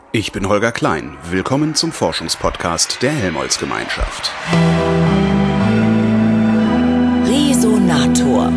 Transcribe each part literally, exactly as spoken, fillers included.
Ich bin Holger Klein. Willkommen zum Forschungspodcast der Helmholtz-Gemeinschaft. Resonator.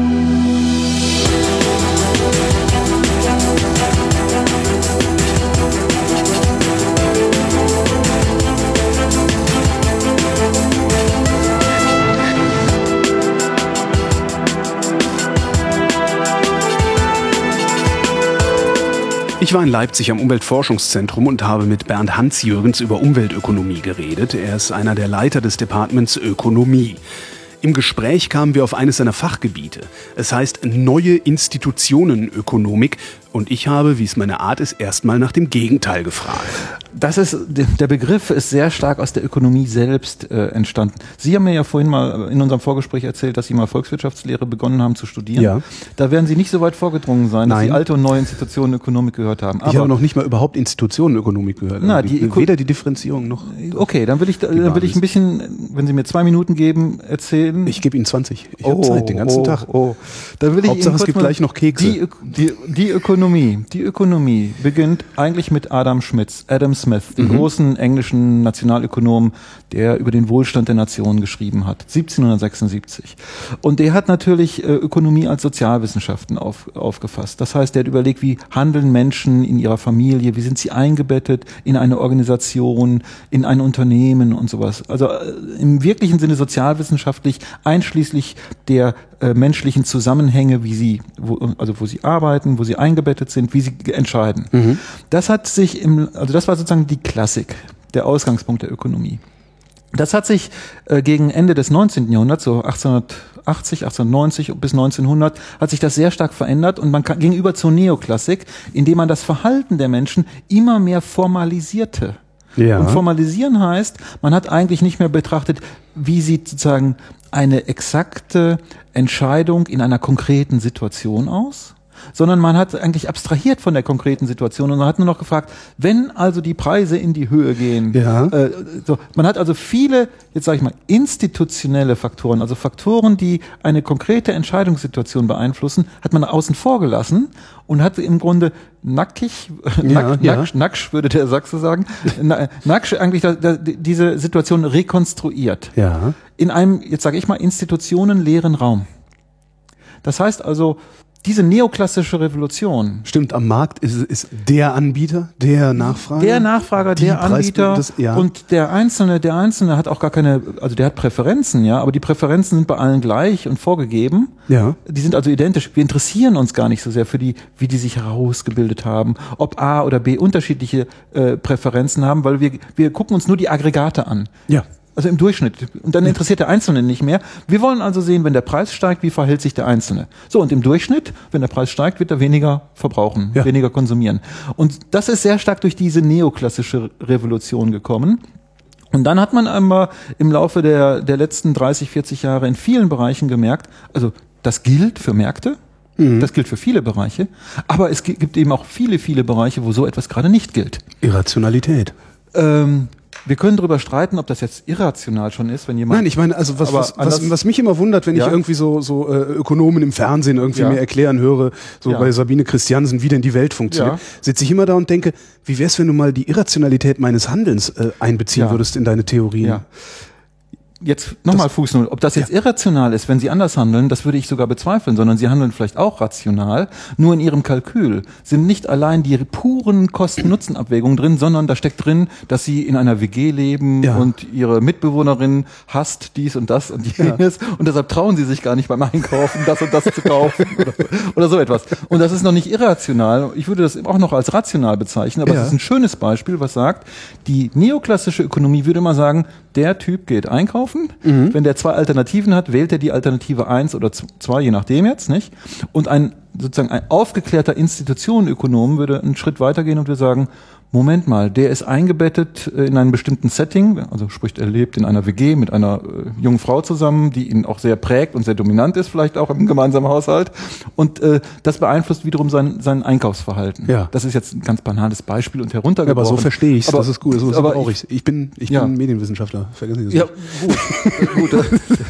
Ich war in Leipzig am Umweltforschungszentrum und habe mit Bernd Hansjürgens über Umweltökonomie geredet. Er ist einer der Leiter des Departments Ökonomie. Im Gespräch kamen wir auf eines seiner Fachgebiete. Es heißt Neue Institutionenökonomik und ich habe, wie es meine Art ist, erstmal nach dem Gegenteil gefragt. Das ist, der Begriff ist sehr stark aus der Ökonomie selbst äh, entstanden. Sie haben mir ja vorhin mal in unserem Vorgespräch erzählt, dass Sie mal Volkswirtschaftslehre begonnen haben zu studieren. Ja. Da werden Sie nicht so weit vorgedrungen sein, dass Nein. Sie alte und neue Institutionenökonomik gehört haben. Aber ich habe noch nicht mal überhaupt Institutionenökonomik gehört. Na, die Öko- Weder die Differenzierung noch. Okay, dann will ich, dann will ich ein bisschen, wenn Sie mir zwei Minuten geben, erzählen. Ich gebe Ihnen zwanzig. Ich oh, habe Zeit den ganzen oh, Tag. Oh. Dann will ich Hauptsache, Ihnen es kurz gibt mal gleich noch Kekse. Die, die, die Ökonomie, die Ökonomie beginnt eigentlich mit Adam Smith, Adam Smith, dem Mhm. großen englischen Nationalökonom, der über den Wohlstand der Nation geschrieben hat, siebzehnhundertsechsundsiebzig. Und der hat natürlich äh, Ökonomie als Sozialwissenschaften auf, aufgefasst. Das heißt, der hat überlegt, wie handeln Menschen in ihrer Familie, wie sind sie eingebettet in eine Organisation, in ein Unternehmen und sowas. Also äh, im wirklichen Sinne sozialwissenschaftlich, einschließlich der äh, menschlichen Zusammenhänge, wie sie, wo, also wo sie arbeiten, wo sie eingebettet sind, wie sie entscheiden. Mhm. Das hat sich im, also das war sozusagen die Klassik, der Ausgangspunkt der Ökonomie. Das hat sich äh, gegen Ende des neunzehnten Jahrhunderts, so achtzehnhundertachtzig, achtzehnhundertneunzig bis neunzehnhundert, hat sich das sehr stark verändert und man kam, ging über zur Neoklassik, indem man das Verhalten der Menschen immer mehr formalisierte. Ja. Und formalisieren heißt, man hat eigentlich nicht mehr betrachtet, wie sieht sozusagen eine exakte Entscheidung in einer konkreten Situation aus, sondern man hat eigentlich abstrahiert von der konkreten Situation und man hat nur noch gefragt, wenn also die Preise in die Höhe gehen, ja. äh, so, man hat also viele, jetzt sage ich mal, institutionelle Faktoren, also Faktoren, die eine konkrete Entscheidungssituation beeinflussen, hat man außen vor gelassen und hat im Grunde nackig, ja, nack, ja. nacksch, nacksch, würde der Sachse sagen, nacksch eigentlich da, da, diese Situation rekonstruiert. Ja. In einem, jetzt sage ich mal, institutionenleeren Raum. Das heißt also, diese neoklassische Revolution. Stimmt, am Markt ist, ist der Anbieter, der Nachfrager. Der Nachfrager, der Preis, Anbieter das, ja. und der Einzelne, der Einzelne hat auch gar keine, also der hat Präferenzen, ja, aber die Präferenzen sind bei allen gleich und vorgegeben. Ja. Die sind also identisch. Wir interessieren uns gar nicht so sehr für die, wie die sich herausgebildet haben, ob A oder B unterschiedliche äh, Präferenzen haben, weil wir, wir gucken uns nur die Aggregate an. Ja. Also im Durchschnitt. Und dann interessiert der Einzelne nicht mehr. Wir wollen also sehen, wenn der Preis steigt, wie verhält sich der Einzelne. So, und im Durchschnitt, wenn der Preis steigt, wird er weniger verbrauchen, ja. weniger konsumieren. Und das ist sehr stark durch diese neoklassische Revolution gekommen. Und dann hat man einmal im Laufe der, der letzten dreißig, vierzig Jahre in vielen Bereichen gemerkt, also das gilt für Märkte, mhm. das gilt für viele Bereiche, aber es gibt eben auch viele, viele Bereiche, wo so etwas gerade nicht gilt. Irrationalität. Ähm, Wir können darüber streiten, ob das jetzt irrational schon ist, wenn jemand... Nein, ich meine, also was, was, was, was mich immer wundert, wenn ja. ich irgendwie so, so äh, Ökonomen im Fernsehen irgendwie ja. mir erklären höre, so ja. bei Sabine Christiansen, wie denn die Welt funktioniert, ja. sitze ich immer da und denke, wie wär's, wenn du mal die Irrationalität meines Handelns äh, einbeziehen ja. würdest in deine Theorien? Ja. Jetzt nochmal Fußnote. Ob das jetzt ja. irrational ist, wenn Sie anders handeln, das würde ich sogar bezweifeln, sondern Sie handeln vielleicht auch rational. Nur in Ihrem Kalkül sind nicht allein die puren Kosten-Nutzen-Abwägungen drin, sondern da steckt drin, dass Sie in einer W G leben ja. und Ihre Mitbewohnerin hasst dies und das und jenes ja. und deshalb trauen Sie sich gar nicht beim Einkaufen, das und das zu kaufen oder, oder so etwas. Und das ist noch nicht irrational. Ich würde das auch noch als rational bezeichnen, aber es ja. ist ein schönes Beispiel, was sagt, die neoklassische Ökonomie würde immer sagen, der Typ geht einkaufen. Mhm. Wenn der zwei Alternativen hat, wählt er die Alternative eins oder zwei, je nachdem jetzt, nicht? Und ein, sozusagen ein aufgeklärter Institutionenökonom würde einen Schritt weitergehen und würde sagen, Moment mal, der ist eingebettet in einem bestimmten Setting, also sprich, er lebt in einer W G mit einer äh, jungen Frau zusammen, die ihn auch sehr prägt und sehr dominant ist, vielleicht auch im gemeinsamen Haushalt. Und äh, das beeinflusst wiederum sein, sein Einkaufsverhalten. Ja. Das ist jetzt ein ganz banales Beispiel und heruntergebrochen. Ja, aber so verstehe ich es, das ist gut, so aber brauche ich Ich bin, ich ja. bin Medienwissenschaftler, vergessen Sie das ja, nicht. Ja, gut. gut.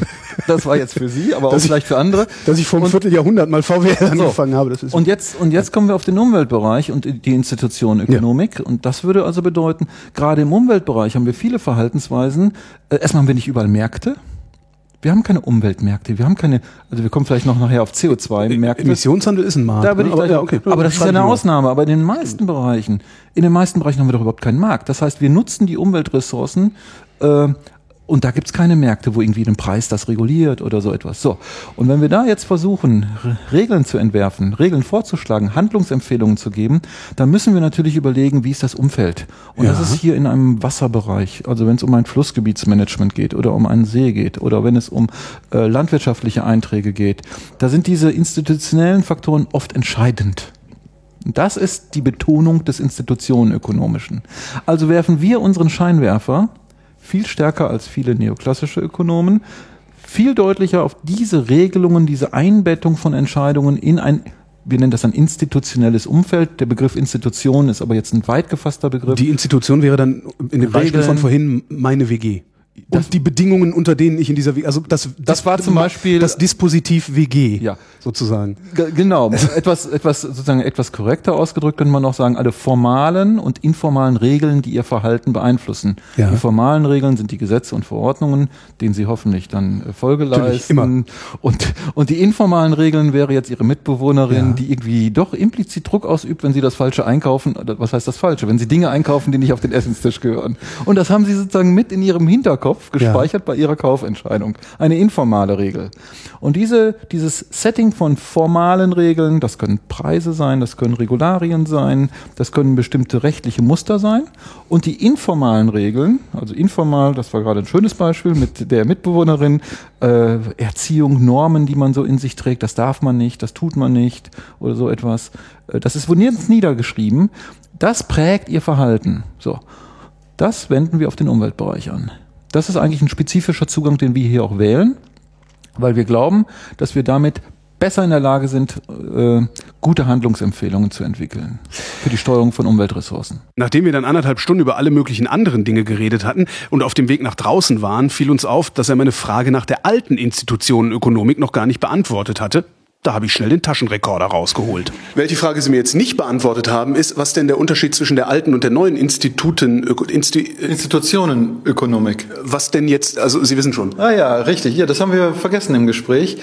Das war jetzt für Sie, aber auch dass vielleicht ich, für andere. Dass ich vor einem Vierteljahrhundert mal V W L angefangen so. habe. Das ist und jetzt und jetzt kommen wir auf den Umweltbereich und die Institution Ökonomik. Ja. Und das würde also bedeuten, gerade im Umweltbereich haben wir viele Verhaltensweisen. Äh, erstmal haben wir nicht überall Märkte. Wir haben keine Umweltmärkte, wir haben keine, also wir kommen vielleicht noch nachher auf C O zwei Märkte. Emissionshandel ist ein Markt. Da würde ich aber, gleich, ja, okay. aber das ist ja eine Ausnahme. Aber in den meisten Bereichen, in den meisten Bereichen haben wir doch überhaupt keinen Markt. Das heißt, wir nutzen die Umweltressourcen äh, und da gibt's keine Märkte, wo irgendwie ein Preis das reguliert oder so etwas. So. Und wenn wir da jetzt versuchen, Regeln zu entwerfen, Regeln vorzuschlagen, Handlungsempfehlungen zu geben, dann müssen wir natürlich überlegen, wie ist das Umfeld. Und ja. das ist hier in einem Wasserbereich, also wenn es um ein Flussgebietsmanagement geht oder um einen See geht oder wenn es um äh, landwirtschaftliche Einträge geht, da sind diese institutionellen Faktoren oft entscheidend. Das ist die Betonung des Institutionenökonomischen. Also werfen wir unseren Scheinwerfer viel stärker als viele neoklassische Ökonomen, viel deutlicher auf diese Regelungen, diese Einbettung von Entscheidungen in ein, wir nennen das ein institutionelles Umfeld. Der Begriff Institution ist aber jetzt ein weit gefasster Begriff. Die Institution wäre dann in dem Beispiel von vorhin meine W G. Und das, die Bedingungen, unter denen ich in dieser W G, also das, das war zum Beispiel das Dispositiv W G, ja, sozusagen. G- genau, etwas, etwas sozusagen etwas korrekter ausgedrückt könnte man auch sagen, alle formalen und informalen Regeln, die ihr Verhalten beeinflussen. Ja. Die formalen Regeln sind die Gesetze und Verordnungen, denen Sie hoffentlich dann äh, Folge leisten. Immer. Und und die informalen Regeln wäre jetzt Ihre Mitbewohnerin, ja. die irgendwie doch implizit Druck ausübt, wenn Sie das Falsche einkaufen. Was heißt das Falsche? Wenn Sie Dinge einkaufen, die nicht auf den Essenstisch gehören. Und das haben Sie sozusagen mit in Ihrem Hinterkopf gespeichert ja. bei Ihrer Kaufentscheidung. Eine informale Regel. Und diese, dieses Setting von formalen Regeln, das können Preise sein, das können Regularien sein, das können bestimmte rechtliche Muster sein. Und die informalen Regeln, also informal, das war gerade ein schönes Beispiel mit der Mitbewohnerin, äh, Erziehung, Normen, die man so in sich trägt, das darf man nicht, das tut man nicht oder so etwas. Äh, das ist wo nirgends niedergeschrieben. Das prägt Ihr Verhalten. So. Das wenden wir auf den Umweltbereich an. Das ist eigentlich ein spezifischer Zugang, den wir hier auch wählen, weil wir glauben, dass wir damit besser in der Lage sind, äh, gute Handlungsempfehlungen zu entwickeln für die Steuerung von Umweltressourcen. Nachdem wir dann anderthalb Stunden über alle möglichen anderen Dinge geredet hatten und auf dem Weg nach draußen waren, fiel uns auf, dass er meine Frage nach der alten Institutionenökonomik noch gar nicht beantwortet hatte. Da habe ich schnell den Taschenrekorder rausgeholt. Welche Frage Sie mir jetzt nicht beantwortet haben, ist, was denn der Unterschied zwischen der alten und der neuen Instituten, Insti Institutionenökonomik. Was denn jetzt, also Sie wissen schon. Ah ja, richtig. Ja, das haben wir vergessen im Gespräch.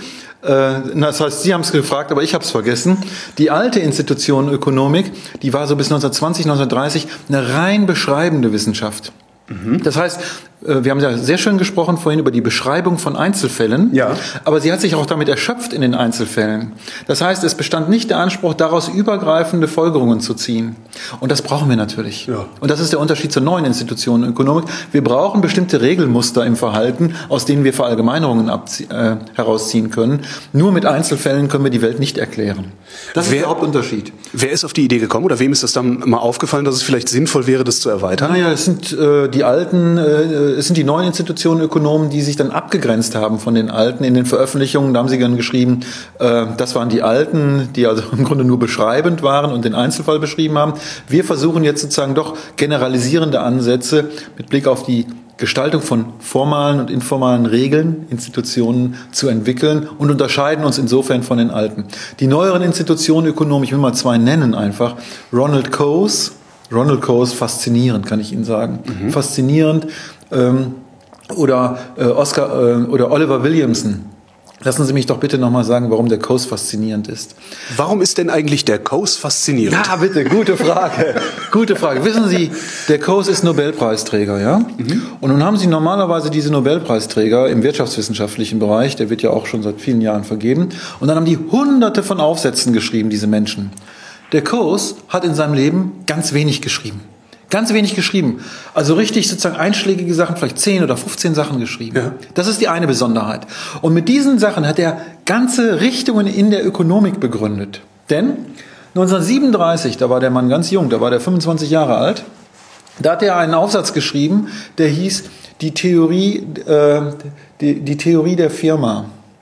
Das heißt, Sie haben es gefragt, aber ich habe es vergessen. Die alte Institutionenökonomik, die war so bis neunzehnhundertzwanzig, neunzehnhundertdreißig eine rein beschreibende Wissenschaft. Mhm. Das heißt, wir haben ja sehr schön gesprochen vorhin über die Beschreibung von Einzelfällen, ja. aber sie hat sich auch damit erschöpft in den Einzelfällen. Das heißt, es bestand nicht der Anspruch, daraus übergreifende Folgerungen zu ziehen. Und das brauchen wir natürlich. Ja. Und das ist der Unterschied zur neuen Institutionenökonomik. Wir brauchen bestimmte Regelmuster im Verhalten, aus denen wir Verallgemeinerungen abzie- äh, herausziehen können. Nur mit Einzelfällen können wir die Welt nicht erklären. Das wer, ist der Hauptunterschied. Wer ist auf die Idee gekommen oder wem ist das dann mal aufgefallen, dass es vielleicht sinnvoll wäre, das zu erweitern? Naja, es sind äh, die alten, äh, es sind die neuen Institutionenökonomen, die sich dann abgegrenzt haben von den alten. In den Veröffentlichungen, da haben sie dann geschrieben, äh, das waren die alten, die also im Grunde nur beschreibend waren und den Einzelfall beschrieben haben. Wir versuchen jetzt sozusagen doch generalisierende Ansätze mit Blick auf die Gestaltung von formalen und informalen Regeln, Institutionen zu entwickeln und unterscheiden uns insofern von den alten. Die neueren Institutionenökonomen, ich will mal zwei nennen einfach, Ronald Coase, Ronald Coase, faszinierend, kann ich Ihnen sagen. Mhm. Faszinierend. Ähm, oder äh, Oscar äh, oder Oliver Williamson. Lassen Sie mich doch bitte nochmal sagen, warum der Coase faszinierend ist. Warum ist denn eigentlich der Coase faszinierend? Ja, bitte, gute Frage. Gute Frage. Wissen Sie, der Coase ist Nobelpreisträger, ja? Mhm. Und nun haben Sie normalerweise diese Nobelpreisträger im wirtschaftswissenschaftlichen Bereich, der wird ja auch schon seit vielen Jahren vergeben. Und dann haben die hunderte von Aufsätzen geschrieben, diese Menschen. Der Coase hat in seinem Leben ganz wenig geschrieben. Ganz wenig geschrieben. Also richtig sozusagen einschlägige Sachen, vielleicht zehn oder fünfzehn Sachen geschrieben. Ja. Das ist die eine Besonderheit. Und mit diesen Sachen hat er ganze Richtungen in der Ökonomik begründet. Denn neunzehnhundertsiebenunddreißig, da war der Mann ganz jung, da war der fünfundzwanzig Jahre alt, da hat er einen Aufsatz geschrieben, der hieß die Theorie, äh, die, die Theorie der Firma.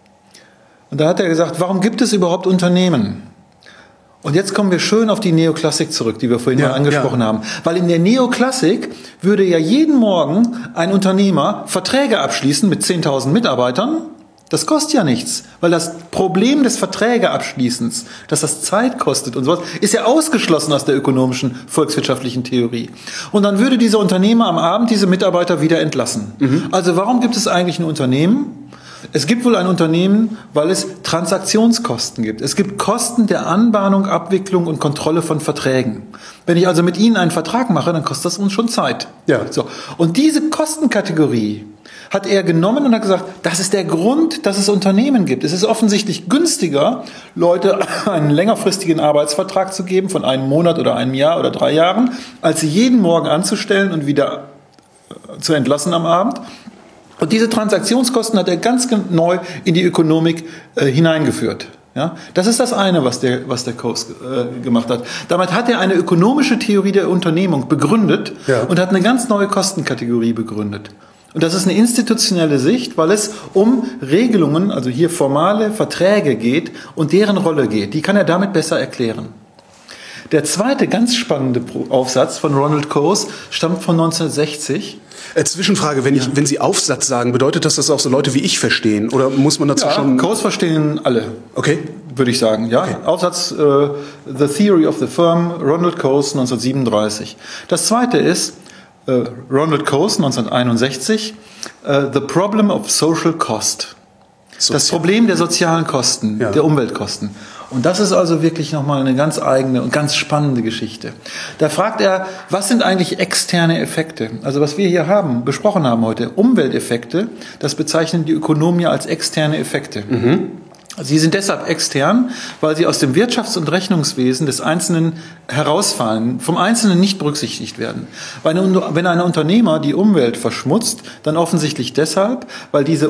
Und da hat er gesagt, warum gibt es überhaupt Unternehmen? Und jetzt kommen wir schön auf die Neoklassik zurück, die wir vorhin ja, mal angesprochen ja. haben. Weil in der Neoklassik würde ja jeden Morgen ein Unternehmer Verträge abschließen mit zehntausend Mitarbeitern Das kostet ja nichts, weil das Problem des Verträgeabschließens, dass das Zeit kostet und sowas, ist ja ausgeschlossen aus der ökonomischen, volkswirtschaftlichen Theorie. Und dann würde dieser Unternehmer am Abend diese Mitarbeiter wieder entlassen. Mhm. Also warum gibt es eigentlich ein Unternehmen? Es gibt wohl ein Unternehmen, weil es Transaktionskosten gibt. Es gibt Kosten der Anbahnung, Abwicklung und Kontrolle von Verträgen. Wenn ich also mit Ihnen einen Vertrag mache, dann kostet das uns schon Zeit. Ja. So. Und diese Kostenkategorie hat er genommen und hat gesagt, das ist der Grund, dass es Unternehmen gibt. Es ist offensichtlich günstiger, Leute einen längerfristigen Arbeitsvertrag zu geben von einem Monat oder einem Jahr oder drei Jahren, als sie jeden Morgen anzustellen und wieder zu entlassen am Abend. Und diese Transaktionskosten hat er ganz neu in die Ökonomik äh, hineingeführt. Ja, das ist das eine, was der, was der Coase äh, gemacht hat. Damit hat er eine ökonomische Theorie der Unternehmung begründet ja. und hat eine ganz neue Kostenkategorie begründet. Und das ist eine institutionelle Sicht, weil es um Regelungen, also hier formale Verträge geht und deren Rolle geht. Die kann er damit besser erklären. Der zweite ganz spannende Aufsatz von Ronald Coase stammt von neunzehnhundertsechzig. Äh, Zwischenfrage, wenn, ich, ja. wenn Sie Aufsatz sagen, bedeutet das, dass das auch so Leute wie ich verstehen? Oder muss man dazu ja, schon... Coase verstehen alle, okay. würde ich sagen. Ja? Okay. Aufsatz äh, The Theory of the Firm, Ronald Coase, neunzehnhundertsiebenunddreißig. Das zweite ist äh, Ronald Coase, neunzehnhunderteinundsechzig, äh, The Problem of Social Cost. Sozial. Das Problem der sozialen Kosten, ja. der Umweltkosten. Und das ist also wirklich nochmal eine ganz eigene und ganz spannende Geschichte. Da fragt er, was sind eigentlich externe Effekte? Also was wir hier haben, besprochen haben heute, Umwelteffekte, das bezeichnen die Ökonomen als externe Effekte. Mhm. Sie sind deshalb extern, weil sie aus dem Wirtschafts- und Rechnungswesen des Einzelnen herausfallen, vom Einzelnen nicht berücksichtigt werden. Wenn ein Unternehmer die Umwelt verschmutzt, dann offensichtlich deshalb, weil diese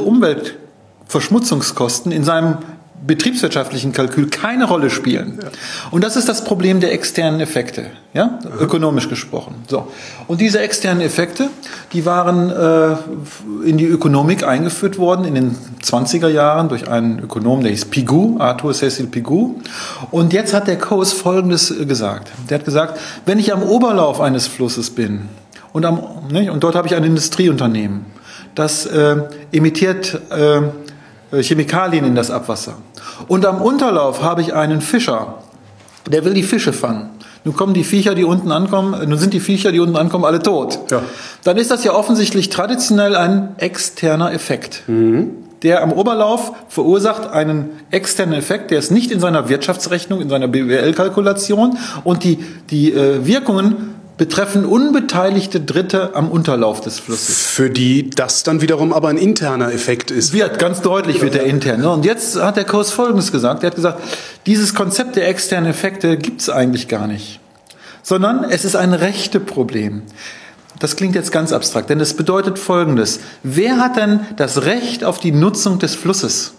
Umweltverschmutzungskosten in seinem betriebswirtschaftlichen Kalkül keine Rolle spielen. Ja. Und das ist das Problem der externen Effekte, ja, mhm. ökonomisch gesprochen. So. Und diese externen Effekte, die waren äh, in die Ökonomik eingeführt worden in den zwanziger Jahren durch einen Ökonom, der hieß Pigou, Arthur Cecil Pigou. Und jetzt hat der Coase Folgendes gesagt. Der hat gesagt, wenn ich am Oberlauf eines Flusses bin und, am, ne, und dort habe ich ein Industrieunternehmen, das äh, emittiert äh, Chemikalien in das Abwasser. Und am Unterlauf habe ich einen Fischer, der will die Fische fangen. Nun kommen die Viecher, die unten ankommen, nun sind die Viecher, die unten ankommen, alle tot. Ja. Dann ist das ja offensichtlich traditionell ein externer Effekt. Mhm. Der am Oberlauf verursacht einen externen Effekt, der ist nicht in seiner Wirtschaftsrechnung, in seiner B W L-Kalkulation und die, die äh, Wirkungen betreffen unbeteiligte Dritte am Unterlauf des Flusses. Für die das dann wiederum aber ein interner Effekt ist. Wird, ganz deutlich wird der intern. Und jetzt hat der Coase Folgendes gesagt. Er hat gesagt, dieses Konzept der externen Effekte gibt es eigentlich gar nicht. Sondern es ist ein Rechteproblem. Das klingt jetzt ganz abstrakt, denn es bedeutet Folgendes. Wer hat denn das Recht auf die Nutzung des Flusses?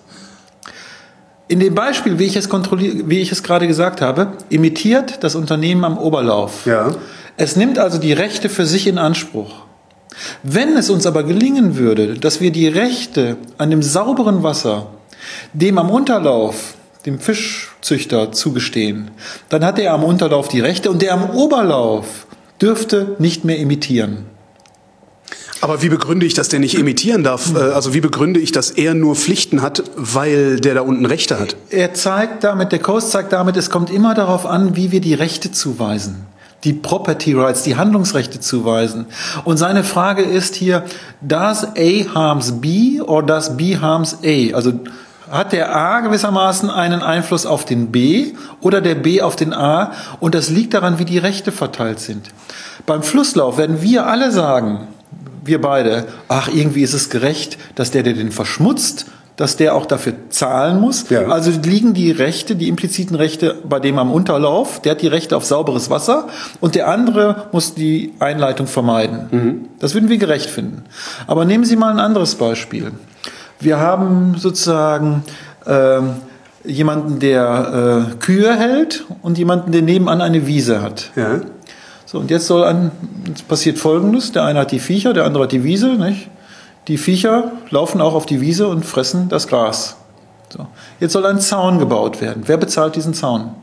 In dem Beispiel, wie ich es kontrolliere, wie ich es gerade gesagt habe, imitiert das Unternehmen am Oberlauf. Ja. Es nimmt also die Rechte für sich in Anspruch. Wenn es uns aber gelingen würde, dass wir die Rechte an dem sauberen Wasser dem am Unterlauf, dem Fischzüchter zugestehen, dann hat er am Unterlauf die Rechte und der am Oberlauf dürfte nicht mehr imitieren. Aber wie begründe ich, dass der nicht emittieren darf? Also wie begründe ich, dass er nur Pflichten hat, weil der da unten Rechte hat? Er zeigt damit, der Coase zeigt damit, es kommt immer darauf an, wie wir die Rechte zuweisen. Die Property Rights, die Handlungsrechte zuweisen. Und seine Frage ist hier, does A harms B or does B harms A? Also hat der A gewissermaßen einen Einfluss auf den B oder der B auf den A? Und das liegt daran, wie die Rechte verteilt sind. Beim Flusslauf werden wir alle sagen, wir beide, ach, irgendwie ist es gerecht, dass der, der den verschmutzt, dass der auch dafür zahlen muss. Ja. Also liegen die Rechte, die impliziten Rechte bei dem am Unterlauf, der hat die Rechte auf sauberes Wasser und der andere muss die Einleitung vermeiden. Mhm. Das würden wir gerecht finden. Aber nehmen Sie mal ein anderes Beispiel. Wir haben sozusagen äh, jemanden, der äh, Kühe hält und jemanden, der nebenan eine Wiese hat. Ja. So, und jetzt soll ein, jetzt passiert Folgendes. Der eine hat die Viecher, der andere hat die Wiese, nicht? Die Viecher laufen auch auf die Wiese und fressen das Gras. So. Jetzt soll ein Zaun gebaut werden. Wer bezahlt diesen Zaun?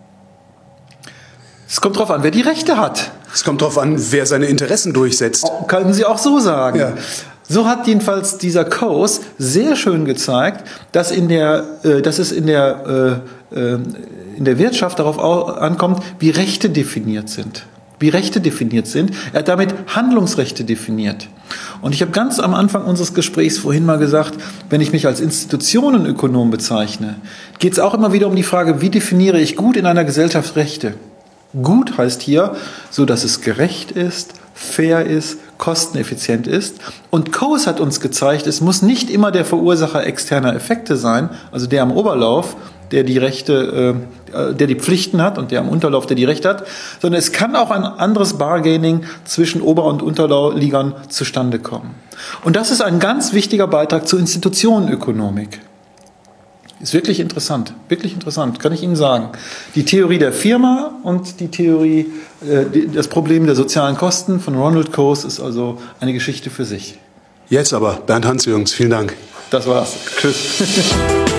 Es kommt darauf an, wer die Rechte hat. Es kommt darauf an, wer seine Interessen durchsetzt. Können Sie auch so sagen. Ja. So hat jedenfalls dieser Coase sehr schön gezeigt, dass, in der, äh, dass es in der, äh, äh, in der Wirtschaft darauf ankommt, wie Rechte definiert sind. Wie Rechte definiert sind. Er hat damit Handlungsrechte definiert. Und ich habe ganz am Anfang unseres Gesprächs vorhin mal gesagt, wenn ich mich als Institutionenökonom bezeichne, geht es auch immer wieder um die Frage, wie definiere ich gut in einer Gesellschaft Rechte? Gut heißt hier, so dass es gerecht ist, fair ist, kosteneffizient ist. Und Coase hat uns gezeigt, es muss nicht immer der Verursacher externer Effekte sein, also der am Oberlauf, der die Rechte, äh, der die Pflichten hat und der am Unterlauf, der die Rechte hat, sondern es kann auch ein anderes Bargaining zwischen Ober- und Unterliegern zustande kommen. Und das ist ein ganz wichtiger Beitrag zur Institutionenökonomik. Ist wirklich interessant, wirklich interessant, kann ich Ihnen sagen. Die Theorie der Firma und die Theorie, äh, die, das Problem der sozialen Kosten von Ronald Coase ist also eine Geschichte für sich. Jetzt aber, Bernd Hansjürgens, vielen Dank. Das war's. Tschüss.